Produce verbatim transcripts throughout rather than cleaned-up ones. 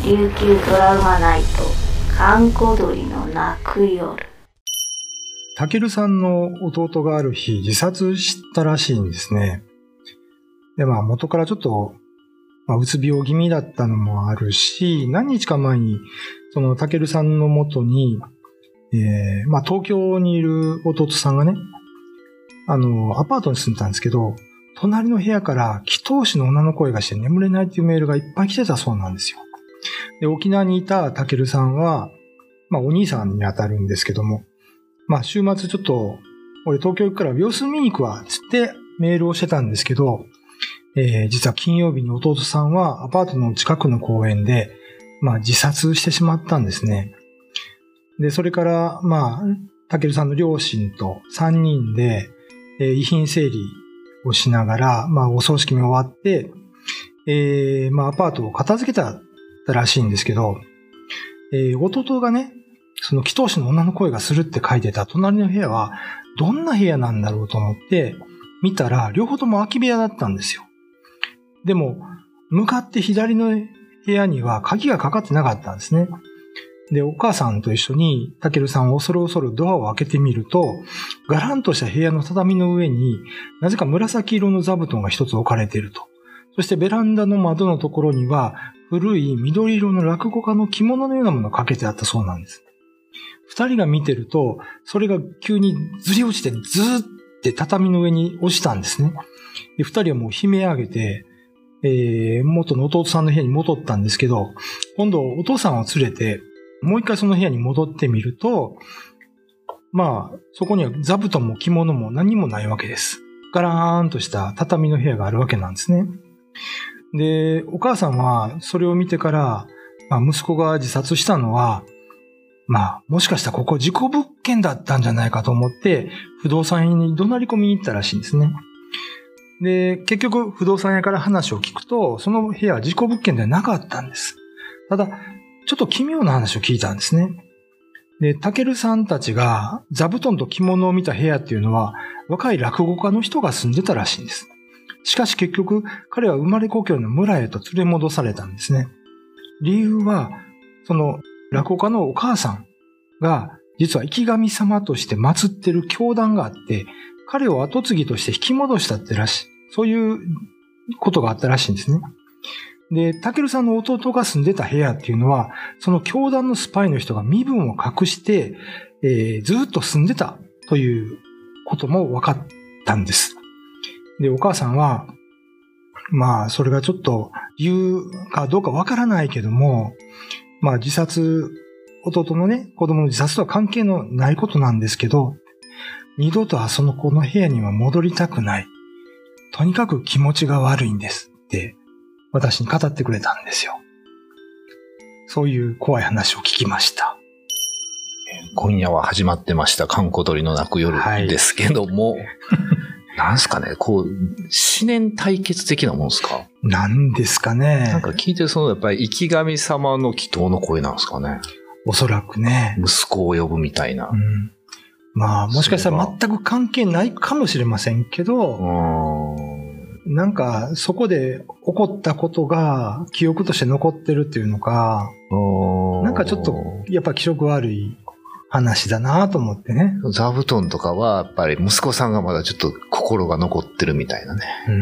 琉球ドラマナイト、閑古鳥の泣く夜。 たけるさんの弟がある日自殺したらしいんですね。で、まあ元からちょっと、まあ、うつ病気味だったのもあるし、何日か前に、そのたけるさんの元に、えー、まあ東京にいる弟さんがね、あの、アパートに住んでたんですけど、隣の部屋から祈祷師の女の声がして眠れないっていうメールがいっぱい来てたそうなんですよ。で、沖縄にいたたけるさんは、まあお兄さんに当たるんですけども、まあ週末ちょっと、俺東京行くから様子見に行くわ、つってメールをしてたんですけど、えー、実は金曜日に弟さんはアパートの近くの公園で、まあ自殺してしまったんですね。で、それから、まあ、たけるさんの両親とさんにんで、えー、遺品整理をしながら、まあお葬式も終わって、えー、まあアパートを片付けたらしいんですけど、えー、弟がね、その祈祷師の女の声がするって書いてた隣の部屋はどんな部屋なんだろうと思って見たら両方とも空き部屋だったんですよ。でも向かって左の部屋には鍵がかかってなかったんですね。で、お母さんと一緒にたけるさんを恐る恐るドアを開けてみると、ガランとした部屋の畳の上になぜか紫色の座布団が一つ置かれていると。そしてベランダの窓のところには古い緑色の落語家の着物のようなものがかけてあったそうなんです。二人が見てると、それが急にずり落ちてズーって畳の上に落ちたんですね。で、二人はもう悲鳴上げて、えー、元の弟さんの部屋に戻ったんですけど、今度お父さんを連れて、もう一回その部屋に戻ってみると、まあ、そこには座布団も着物も何もないわけです。ガラーンとした畳の部屋があるわけなんですね。で、お母さんはそれを見てから、まあ、息子が自殺したのは、まあ、もしかしたらここ事故物件だったんじゃないかと思って、不動産屋に怒鳴り込みに行ったらしいんですね。で、結局不動産屋から話を聞くと、その部屋は事故物件ではなかったんです。ただ、ちょっと奇妙な話を聞いたんですね。で、たけるさんたちが座布団と着物を見た部屋っていうのは、若い落語家の人が住んでたらしいんです。しかし結局、彼は生まれ故郷の村へと連れ戻されたんですね。理由は、その落語家のお母さんが、実は生き神様として祀ってる教団があって、彼を後継ぎとして引き戻したってらしい。そういうことがあったらしいんですね。で、たけるさんの弟が住んでた部屋っていうのは、その教団のスパイの人が身分を隠して、えー、ずっと住んでたということも分かったんです。で、お母さんは、まあ、それがちょっと言うかどうか分からないけども、まあ、自殺、弟のね、子供の自殺とは関係のないことなんですけど、二度とあその子の部屋には戻りたくない。とにかく気持ちが悪いんですって、私に語ってくれたんですよ。そういう怖い話を聞きました。 今夜は始まってました閑古鳥の泣く夜ですけども、はい、なんすかね、こう思念対決的なもんですか？ なんですかね。 なんか聞いてるそのやっぱり生き神様の祈祷の声なんですかね。 おそらくね。 息子を呼ぶみたいな。 うん、まあもしかしたら全く関係ないかもしれませんけど、なんかそこで起こったことが記憶として残ってるっていうのか、なんかちょっとやっぱ気色悪い話だなと思ってね。 座布団とかはやっぱり息子さんがまだちょっと心が残ってるみたいなね。 うん。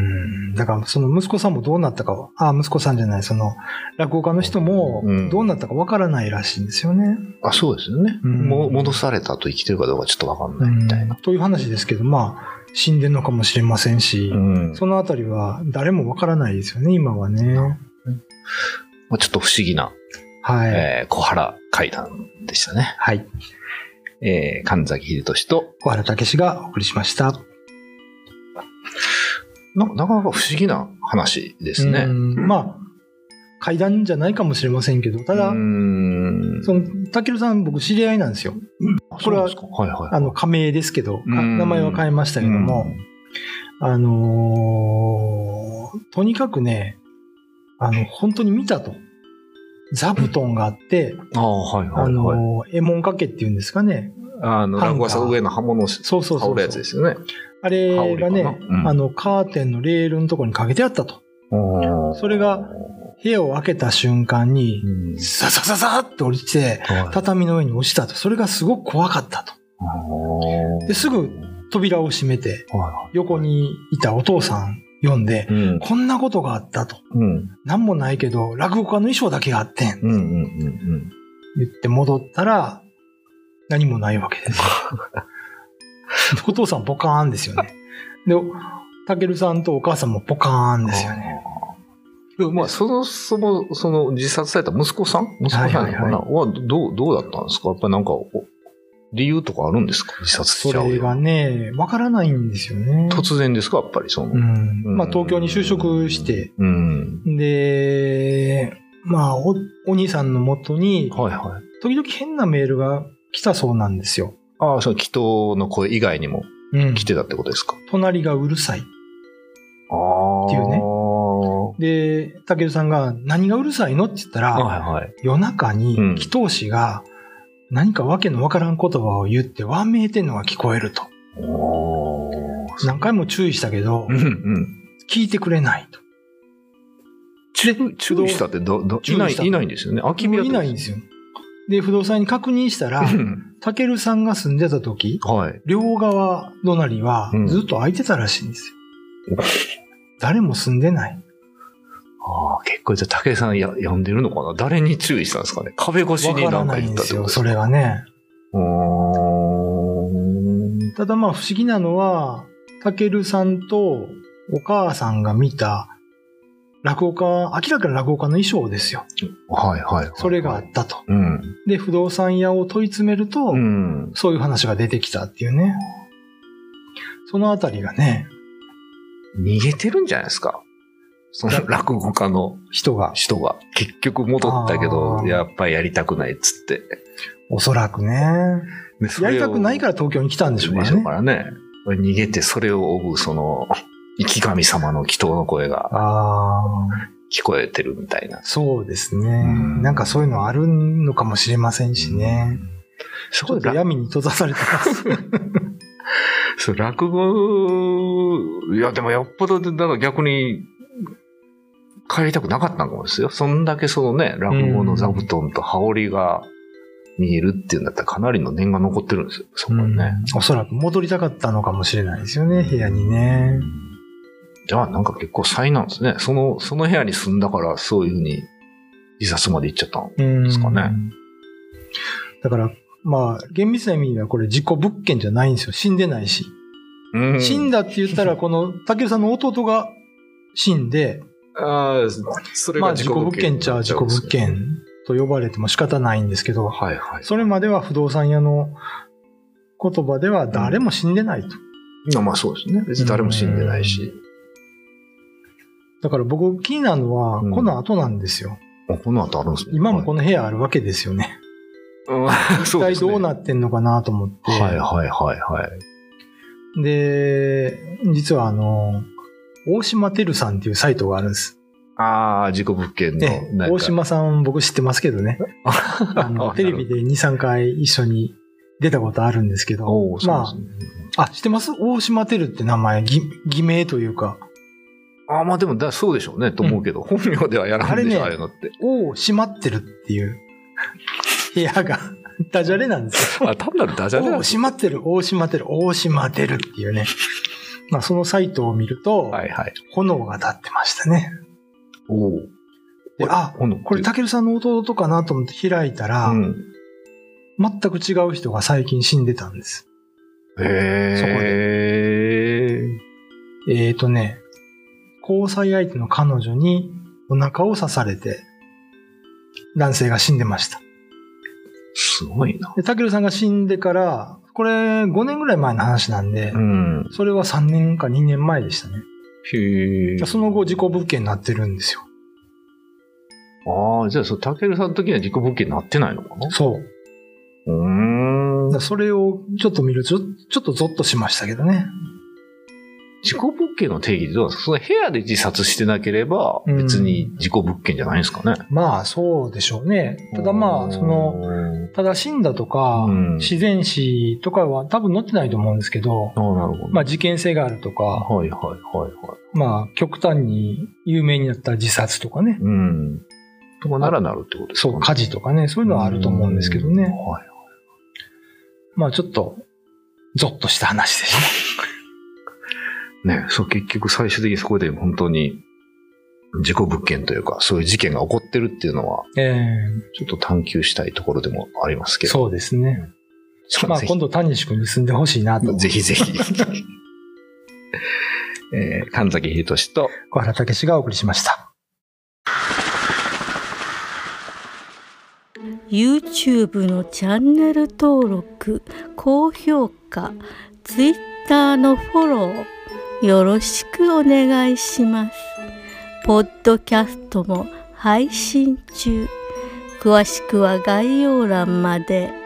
だからその息子さんもどうなったかは、あ、息子さんじゃない、その落語家の人もどうなったかわからないらしいんですよね。 うん、あ、そうですよね。うん、も戻されたと生きてるかどうかちょっとわかんないみたいな、 うん。という話ですけど、まあ死んでるのかもしれませんし、うん、そのあたりは誰もわからないですよね、今はね。うん、 まあ、ちょっと不思議な、 はい、 えー、小原怪談でしたね。 はい。 えー、神崎秀俊と小原武史がお送りしました。 な, なかなか不思議な話ですね。 まあ、怪談じゃないかもしれませんけど、ただ、その、たけるさん僕知り合いなんですよ。これは、はいはいはい、あの、仮名ですけど、名前は変えましたけども、あのー、とにかくね、あの、本当に見たと。座布団があって、 ああ、はいはいはい。あの、えもんかけっていうんですかね。 あの、落語家さん上の刃物を羽織るやつですよね。 あれがね、うん、あの、カーテンのレールのところにかけてあったと。それが、 部屋を開けた瞬間に、 うんザザザザって降りて、 はい畳の上に落ちたと。それがすごく怖かったと。で、すぐ扉を閉めて、 は横にいたお父さん呼んで、 いうんこんなことがあったと。 うんなんもないけど、落語家の衣装だけがあってん。 うんうんうん言って戻ったら、何もないわけです。お父さんポカーンですよね。で、たけるさんとお母さんもポカーンですよね。 でもまあ、その、その、その自殺された息子さん息子さんなのかな、 はいはいははどう、どうだったんですか？やっぱりなんか、お理由とかあるんですか？自殺しそちゃうよ。 れがね、わからないんですよね。 突然ですか？やっぱりその。 うん。 うんまあ東京に就職して、 うん。 で、まあお、お兄さんのもとに、 はいはい。 時々変なメールが来たそうなんですよ。 ああ、その祈祷の声以外にもうん。 来てたってことですか？ 隣がうるさい。 ああ。 っていうねはで、たけるさんが何がうるさいのって言ったら、 いはい。 夜中にうん祈祷師が何かわけのわからん言葉を言ってわめいてんのが聞こえると。 おー何回も注意したけどう、んうん。 聞いてくれないと。 注注意したってど、ど、いない、 注意したいないんですよね。空き部屋いないんですよ。で、不動産に確認したら、 うんたけるさんが住んでた時、 はい。 両側隣はうんずっと空いてたらしいんですよ。誰も住んでない。 ああ、結構じゃあ武井さんや読んでるのかな？誰に注意したんですかね？壁越しわからになんかないんですよ、 言ったってことですか？ それがね。 うーん。 ただまあ不思議なのは、たけるさんとお母さんが見た落語家、明らかな落語家の衣装ですよ。 はいはいはい。 それがあったと。 うん。 で、不動産屋を問い詰めると、 うん。 そういう話が出てきたっていうね。そのあたりがね、 逃げてるんじゃないですか？その落語家の人が、 人が。結局戻ったけどあ、ーやっぱりやりたくないっつって。 おそらくね、 でそれをやりたくないから東京に来たんでしょうかでしょうらね。 からね。逃げてそれを追う、その、生き神様の祈祷の声がああ、 聞こえてるみたいな。 そうですね。 うんなんかそういうのあるのかもしれませんしね。 そちょっと闇に閉ざされてます。 そう、落語、いや、でもよっぽど、だから逆に、帰りたくなかったのかもですよ。そんだけそのね、落語の座布団と羽織が見えるっていうんだったらかなりの念が残ってるんですよ。そこにね。 うんおそらく戻りたかったのかもしれないですよね、部屋にね。 じゃあなんか結構災難ですね。その、その部屋に住んだからそういうふうに自殺まで行っちゃったの。 うんですかねだから、まあ、厳密な意味ではこれ事故物件じゃないんですよ。死んでないし。 うん死んだって言ったら、この、竹さんの弟が死んで、 ああ、それまあが事故物件っちゃ事故物件と呼ばれても仕方ないんですけど、 はいはい。 それまでは不動産屋の言葉では誰も死んでないと。 まあそうですね。別に誰も死んでないし。 だから僕気になるのは、 うんこの後なんですよ。 あこの後あるんですね。 今もこの部屋あるわけですよね。 うん一体そうですねどうなってんのかなと思って。 はいはいはいはい。 で、実はあの、大島てるさんっていうサイトがあるんです。 ああ、事故物件ので、 なんか。 大島さん僕知ってますけどね。あの、テレビでに、さんかい一緒に出たことあるんですけど。 おーそうまですね。 あ、あ、知ってます大島てるって名前、偽偽名というか、 ああ、まあでもだそうでしょうね、と思うけど、本名ではやらんでしょ、ああれねあいうのって。 大島ってるっていう部屋がダジャレなんですよ。 あ、単なるダジャレなん大です島ってる、大島ってる、大島てるっていうね。まあそのサイトを見ると、 はいはい。 炎が立ってましたね。 おお。 であ、これ、たけるさんの弟かなと思って開いたら、 うん。 全く違う人が最近死んでたんです。 へそこえ。 えーとね、交際相手の彼女にお腹を刺されて、男性が死んでました。 すごいな。 で、たけるさんが死んでから、これごねんぐらい前の話なんで、 うん。 それはさんねんかにねんまえでしたね。 へえ。 その後、事故物件になってるんですよ。 ああ、じゃあ、そう、たけるさんの時には事故物件になってないのかな？ そう。 うーん。 だからそれをちょっと見ると、ちょちょっとゾッとしましたけどね。 事故物件の定義ってどうなんですか？その部屋で自殺してなければ別に事故物件じゃないんですかね。 うん、まあそうでしょうね。ただまあ、その、ただ死んだとか、うん、自然死とかは多分載ってないと思うんですけど、 あ、なるほど。 まあ事件性があるとか、 はいはいはいはい。 まあ極端に有名になった自殺とかね。 うん。とかならなるってことですかね。 そう、火事とかね、そういうのはあると思うんですけどね。はいはい。まあちょっと、ゾッとした話でした。 ね、そう結局最終的にそこで本当に事故物件というか、そういう事件が起こってるっていうのは、えー、ちょっと探求したいところでもありますけど。 そうですね。まあ今度谷西君に住んでほしいなと。 ぜひぜひ。えー、神崎秀俊と小原武史がお送りしました。 YouTube のチャンネル登録、高評価、Twitter のフォロー、よろしくお願いします。ポッドキャストも配信中。詳しくは概要欄まで。